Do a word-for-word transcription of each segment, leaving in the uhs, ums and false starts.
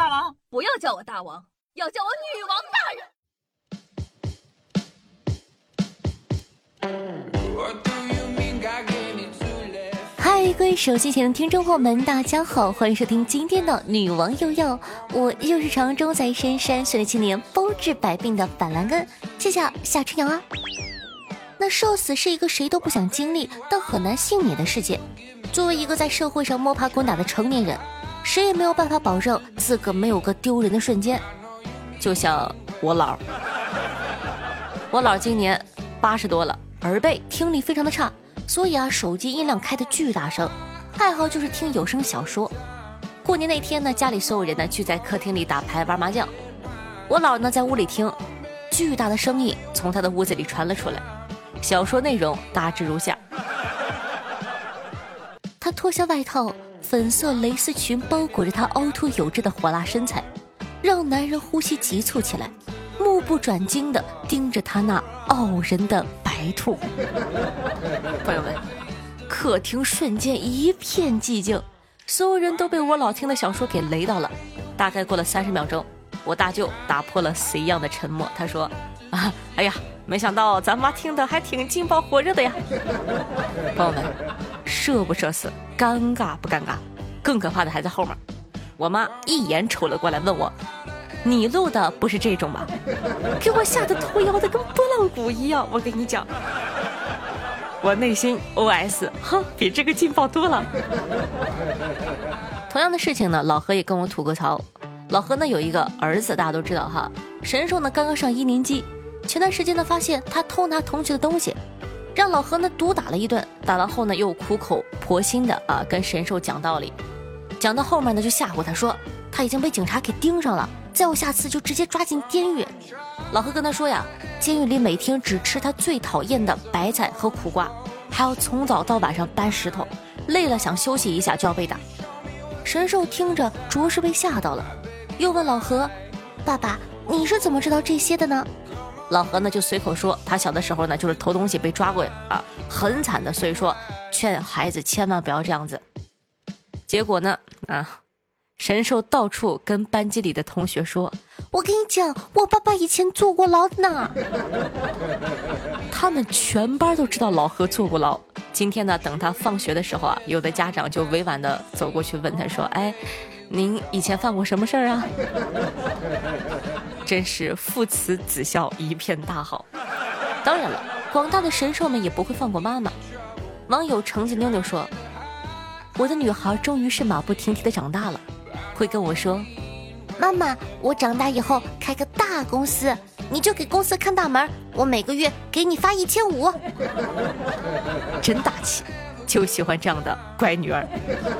大王，不要叫我大王，要叫我女王大人。 嗨，各位手机前的听众朋友们，大家好，欢迎收听今天的女王又要，我又是常州在深山训练青年包治百病的板蓝根，谢谢夏春阳啊。那受死是一个谁都不想经历但很难幸免的世界，作为一个在社会上摸爬滚打的成年人，谁也没有办法保证自个没有个丢人的瞬间。就像我姥，我姥今年八十多了，耳背听力非常的差，所以啊手机音量开得巨大声，爱好就是听有声小说。过年那天呢，家里所有人呢聚在客厅里打牌玩麻将，我姥呢在屋里听，巨大的声音从他的屋子里传了出来。小说内容大致如下：他脱下外套，粉色蕾丝裙包裹着他凹凸有致的火辣身材，让男人呼吸急促起来，目不转睛地盯着他那傲人的白兔。朋友们，客厅瞬间一片寂静，所有人都被我老听的小说给雷到了。大概过了三十秒钟，我大舅打破了死一样的沉默，他说啊，哎呀，没想到咱妈听的还挺劲爆火热的呀。朋友们，社不社死，尴尬不尴尬，更可怕的还在后面。我妈一眼瞅了过来问我，你录的不是这种吧？给我吓得头摇的跟拨浪鼓一样。我跟你讲，我内心 O S 哼，比这个劲爆多了。同样的事情呢，老何也跟我吐过槽。老何呢有一个儿子，大家都知道哈，神兽呢刚刚上一年级，前段时间呢发现他偷拿同学的东西，让老何呢毒打了一顿，打完后呢又苦口婆心的啊跟神兽讲道理，讲到后面呢就吓唬他说他已经被警察给盯上了，再有下次就直接抓进监狱。老何跟他说呀，监狱里每天只吃他最讨厌的白菜和苦瓜，还要从早到晚上搬石头，累了想休息一下就要被打。神兽听着着实被吓到了，又问老何，爸爸你是怎么知道这些的呢？老何呢就随口说他小的时候呢就是偷东西被抓过啊，很惨的，所以说劝孩子千万不要这样子。结果呢啊，神兽到处跟班级里的同学说，我跟你讲，我爸爸以前坐过牢呢。他们全班都知道老何坐过牢。今天呢等他放学的时候啊，有的家长就委婉的走过去问他说，哎，您以前犯过什么事儿啊？真是父慈子孝一片大好。当然了，广大的神兽们也不会放过妈妈。网友橙子妞妞说，我的女孩终于是马不停蹄的长大了，会跟我说，妈妈，我长大以后开个大公司，你就给公司看大门，我每个月给你发一千五。真大气，就喜欢这样的乖女儿。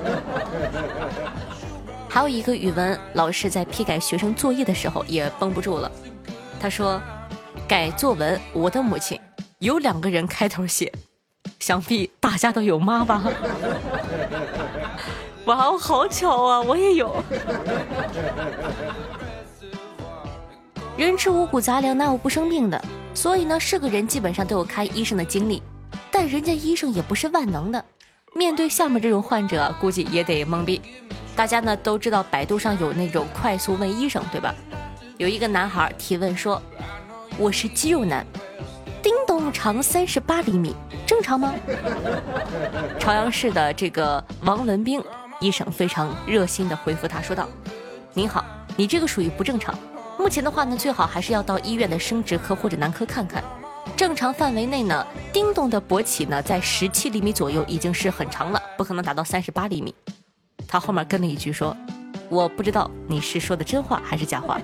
还有一个语文老师在批改学生作业的时候也绷不住了，他说，改作文我的母亲，有两个人开头写，想必大家都有妈吧。哇哦，好巧啊，我也有。人吃五谷杂粮哪有不生病的，所以呢是个人基本上都有看医生的经历，但人家医生也不是万能的，面对下面这种患者估计也得懵逼。大家呢都知道百度上有那种快速问医生对吧？有一个男孩提问说，我是肌肉男，叮咚长三十八厘米，正常吗？朝阳市的这个王文兵医生非常热心的回复他说道，您好，你这个属于不正常，目前的话呢最好还是要到医院的生殖科或者男科看看，正常范围内呢叮咚的勃起呢在十七厘米左右已经是很长了，不可能达到三十八厘米。他后面跟了一句说，我不知道你是说的真话还是假话。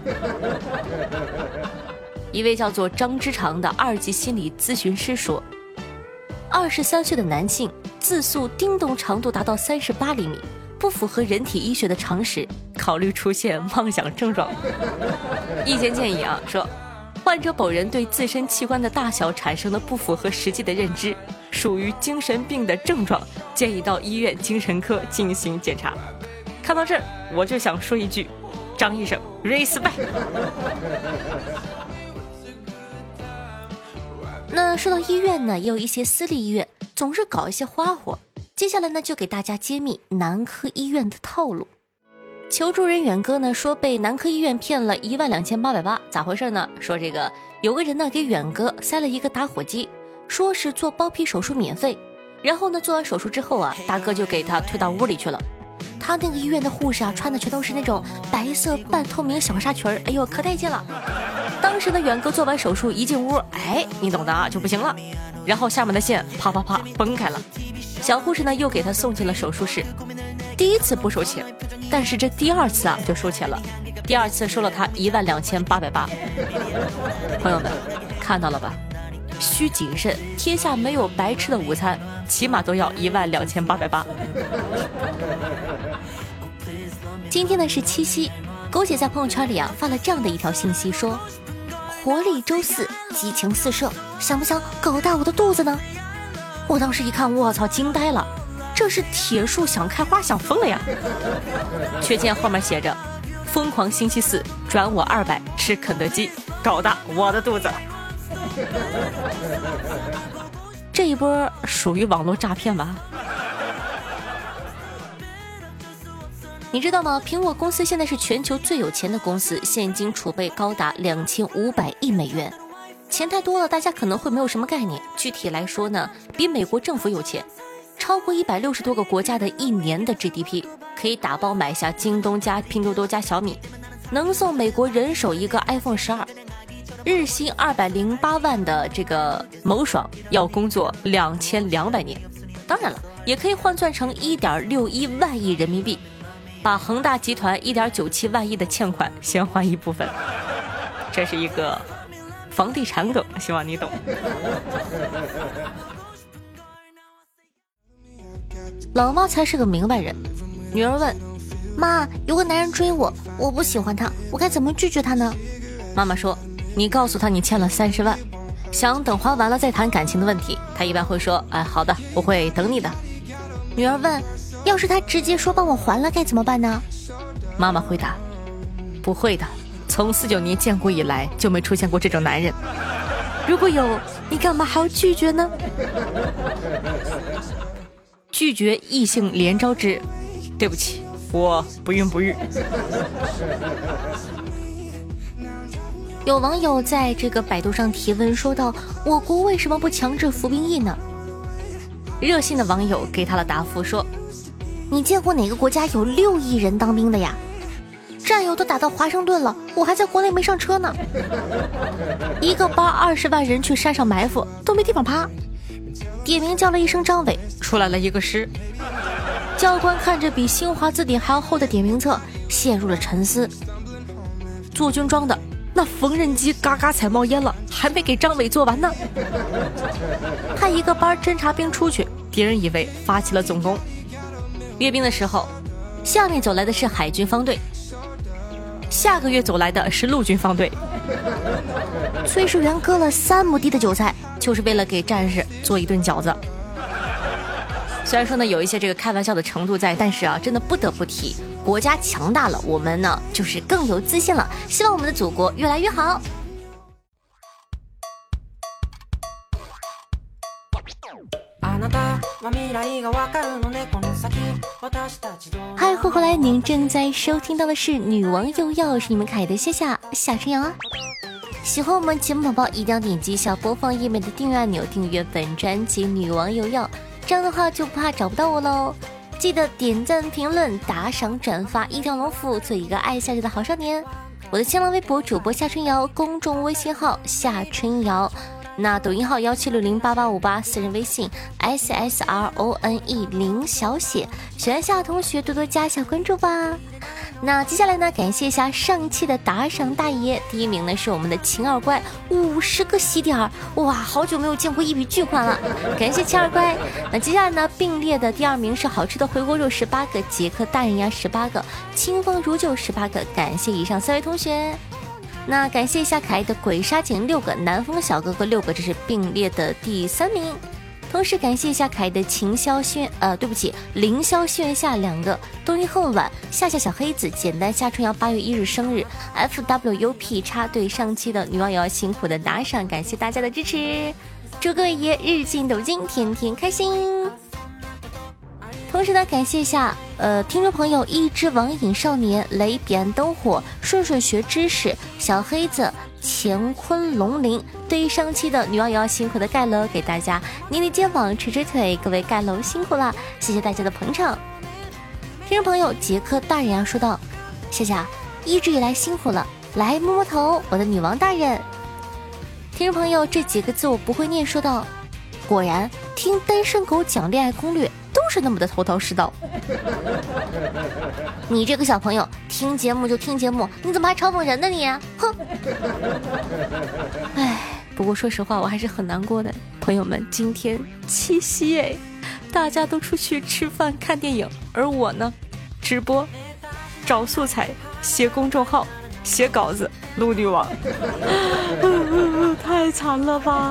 一位叫做张之长的二级心理咨询师说，二十三岁的男性自诉叮咚长度达到三十八厘米，不符合人体医学的常识，考虑出现妄想症状。意见建议啊，说患者本人对自身器官的大小产生了不符合实际的认知，属于精神病的症状，建议到医院精神科进行检查。看到这儿，我就想说一句，张医生 respect。 那说到医院呢，也有一些私立医院总是搞一些花活，接下来呢就给大家揭秘男科医院的套路。 求助人远哥呢说被男科医院骗了一万两千八百八，咋回事呢？说这个有个人呢给远哥塞了一个打火机，说是做包皮手术免费，然后呢做完手术之后啊，大哥就给他推到屋里去了。他那个医院的护士啊，穿的全都是那种白色半透明小纱裙，哎呦可带劲了。当时呢远哥做完手术一进屋，哎你懂的啊，就不行了，然后下面的线啪啪啪崩开了。小护士呢又给他送进了手术室，第一次不收钱，但是这第二次啊就收钱了，第二次收了他一万两千八百八。朋友们看到了吧，需谨慎，天下没有白吃的午餐，起码都要一万两千八百八。今天呢是七夕，狗姐在朋友圈里啊发了这样的一条信息，说活力周四，激情四射，想不想搞大我的肚子呢？我当时一看，我操，惊呆了，这是铁树想开花想疯了呀！却见后面写着疯狂星期四，转我二百吃肯德基，搞大我的肚子。这一波属于网络诈骗吧？你知道吗？苹果公司现在是全球最有钱的公司，现金储备高达两千五百亿美元。钱太多了，大家可能会没有什么概念。具体来说呢，比美国政府有钱，超过一百六十多个国家的一年的 G D P， 可以打包买下京东加拼多多加小米，能送美国人手一个 iPhone 十二。日薪二百零八万的这个某爽要工作两千两百年，当然了，也可以换算成一点六一万亿人民币，把恒大集团一点九七万亿的欠款先还一部分。这是一个房地产梗，希望你懂。老妈才是个明白人，女儿问妈，有个男人追我，我不喜欢他，我该怎么拒绝他呢？妈妈说，你告诉他你欠了三十万，想等还完了再谈感情的问题。他一般会说，哎，好的，我会等你的。女儿问，要是他直接说帮我还了该怎么办呢？妈妈回答，不会的，从四九年建国以来就没出现过这种男人，如果有，你干嘛还要拒绝呢？拒绝异性连招之，对不起，我不孕不育。有网友在这个百度上提问说道，我国为什么不强制服兵役呢？热心的网友给他的答复说，你见过哪个国家有六亿人当兵的呀？战友都打到华盛顿了，我还在国内没上车呢。一个班二十万人去山上埋伏，都没地方趴。点名叫了一声张伟，出来了一个师。教官看着比新华字典还要厚的点名册，陷入了沉思。做军装的那缝纫机嘎嘎踩冒烟了，还没给张伟做完呢。派一个班侦察兵出去，敌人以为发起了总攻。阅兵的时候，下面走来的是海军方队，下个月走来的是陆军方队。炊事员割了三亩地的韭菜，就是为了给战士做一顿饺子。虽然说呢有一些这个开玩笑的程度在，但是啊真的不得不提，国家强大了，我们呢就是更有自信了，希望我们的祖国越来越好。嗨，欢迎回来，您正在收听到的是女王又要，是你们可爱的夏夏夏春瑶啊。喜欢我们节目宝宝一定要点击一下播放页面的订阅按钮，订阅本专辑女王又要，这样的话就不怕找不到我喽。记得点赞、评论、打赏、转发，一条龙服务，做一个爱下去的好少年。我的新浪微博主播夏春瑶，公众微信号夏春瑶，那抖音号幺七六零八八五八，私人微信 S S R O N E 零小写，喜欢夏同学多多加下关注吧。那接下来呢，感谢一下上期的打赏大爷，第一名呢是我们的秦二乖，五十个喜点儿，哇，好久没有见过一笔巨款了，感谢秦二乖。那接下来呢，并列的第二名是好吃的回锅肉十八个，杰克大人呀十八个，清风如酒十八个，感谢以上三位同学。那感谢一下可爱的鬼杀井六个，南风小哥哥六个，这是并列的第三名。同时感谢一下可爱的秦霄轩，呃，对不起，凌霄轩下两个，冬阴恨晚，夏夏小黑子，简单夏春瑶八月一日生日 ，F W U P 插队上期的女网友辛苦的打赏，感谢大家的支持，祝各位爷日进斗金，天天开心。 同时呢，感谢一下呃听众朋友一只网瘾少年、雷彼岸灯火、顺顺学知识、小黑子、乾坤龙鳞，对于上期的女王也要辛苦的盖楼，给大家捏捏肩膀、捶捶腿，各位盖楼辛苦啦，谢谢大家的捧场。听众朋友杰克大人啊说道：夏夏一直以来辛苦了，来摸摸头，我的女王大人。听众朋友这几个字我不会念，说道：果然听单身狗讲恋爱攻略都是那么的头头是道。你这个小朋友听节目就听节目，你怎么还嘲讽人呢你？哼！哎，不过说实话我还是很难过的。朋友们，今天七夕哎，大家都出去吃饭看电影，而我呢，直播找素材写公众号写稿子录女王。太惨了吧。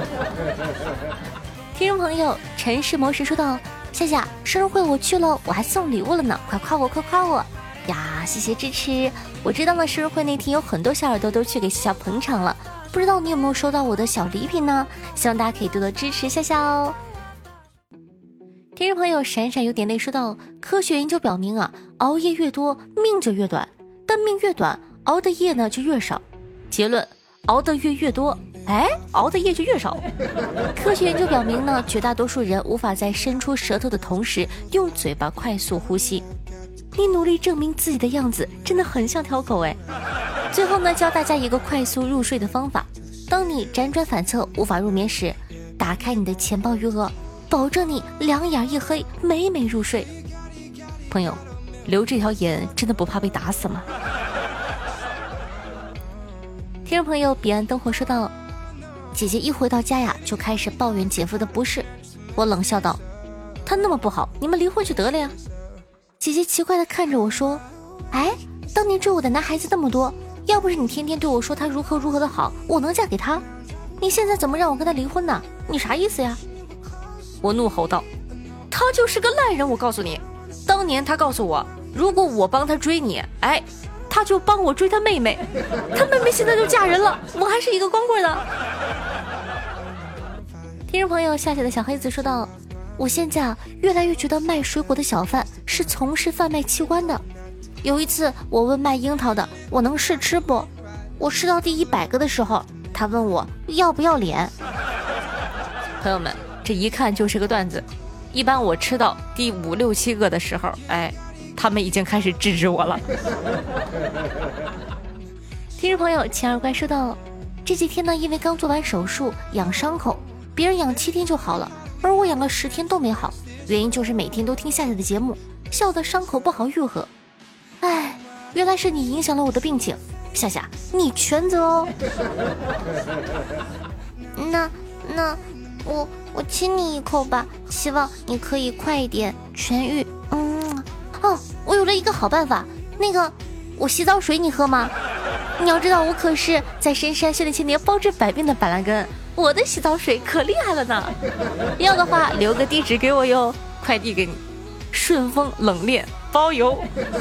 听众朋友城市模式说道：夏夏生日会我去了，我还送礼物了呢，快夸我快夸我呀，谢谢支持。我知道了生日会那天有很多小耳朵都去给夏夏捧场了，不知道你有没有收到我的小礼品呢？希望大家可以多多支持夏夏哦。听众朋友闪闪有点泪说道：科学研究表明啊，熬夜越多命就越短，但命越短熬的夜呢就越少。结论，熬的越越多，哎，熬的夜就越少。科学研究表明呢，绝大多数人无法在伸出舌头的同时用嘴巴快速呼吸。你努力证明自己的样子真的很像条狗哎。最后呢，教大家一个快速入睡的方法。当你辗转反侧无法入眠时，打开你的钱包余额，保证你两眼一黑美美入睡。朋友，留这条言真的不怕被打死吗？听众朋友彼岸灯火说道：姐姐一回到家呀就开始抱怨姐夫的不是。我冷笑道：他那么不好，你们离婚就得了呀。姐姐奇怪地看着我说：哎，当年追我的男孩子那么多，要不是你天天对我说他如何如何的好，我能嫁给他？你现在怎么让我跟他离婚呢？你啥意思呀？我怒吼道：他就是个烂人，我告诉你，当年他告诉我，如果我帮他追你，哎，他就帮我追他妹妹，他妹妹现在就嫁人了，我还是一个光棍呢。听众朋友夏夏的小黑子说道：我现在啊越来越觉得卖水果的小贩是从事贩卖器官的。有一次我问卖樱桃的，我能试吃不？我试到第一百个的时候，他问我要不要脸。朋友们，这一看就是个段子。一般我吃到第五六七个的时候，哎，他们已经开始制止我了。听众朋友钱二乖说道：这几天呢，因为刚做完手术养伤口，别人养七天就好了，而我养了十天都没好，原因就是每天都听夏夏的节目，笑得伤口不好愈合。哎，原来是你影响了我的病情，夏夏你全责哦。那那我我亲你一口吧，希望你可以快一点痊愈。嗯，哦，我有了一个好办法，那个我洗澡水你喝吗？你要知道我可是在深山修炼千年包治百病的板蓝根，我的洗澡水可厉害了呢。要的话留个地址给我哟，快递给你，顺丰冷链包邮。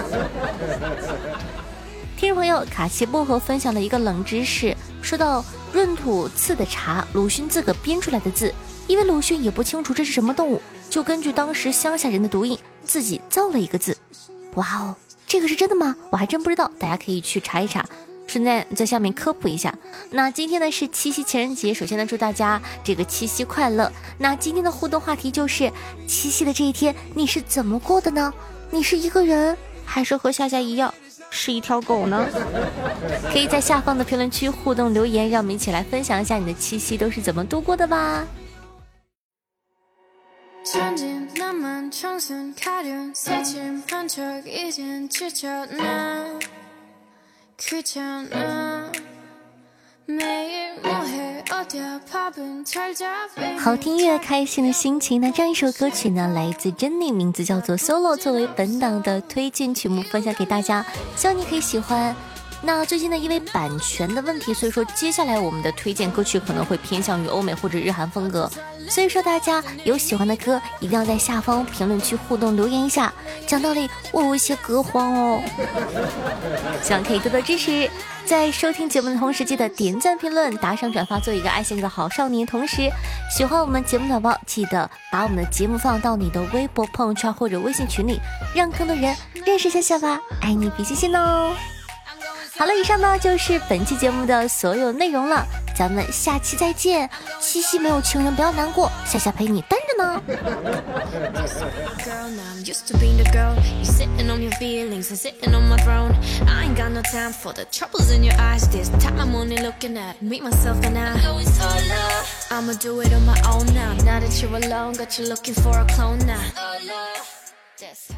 听众朋友卡奇薄荷分享了一个冷知识，说到闰土赐的茶，鲁迅自个编出来的字，因为鲁迅也不清楚这是什么动物，就根据当时乡下人的读音自己造了一个字。哇哦，这个是真的吗？我还真不知道，大家可以去查一查，顺便在下面科普一下。那今天呢是七夕情人节，首先呢祝大家这个七夕快乐。那今天的互动话题就是七夕的这一天你是怎么过的呢？你是一个人还是和夏夏一样是一条狗呢？可以在下方的评论区互动留言，让我们一起来分享一下你的七夕都是怎么度过的吧。好听乐，开心的心情。那这样一首歌曲呢，来自珍妮，名字叫做 Solo， 作为本档的推荐曲目分享给大家，希望你可以喜欢。 那最近呢，因为版权的问题，所以说接下来我们的推荐歌曲可能会偏向于欧美或者日韩风格，所以说大家有喜欢的歌一定要在下方评论区互动留言一下，讲道理我有一些歌荒哦，希望可以多多支持。在收听节目的同时，记得点赞、评论、打赏、转发，做一个爱现实的好少年。同时，喜欢我们节目的宝宝，记得把我们的节目放到你的微博、朋友圈或者微信群里，让更多人认识夏夏吧。爱你比心心哦！好了，以上呢就是本期节目的所有内容了，咱们下期再见。七夕没有情人不要难过，夏夏陪你单着呢。 Used to being the girl, you sitting on your feelings and sitting on my throne. I ain't got no time for the troubles in your eyes. This time I'm only looking at me, myself, and I. I'ma do it on my own now. Now that you're alone, got you looking for a clone now.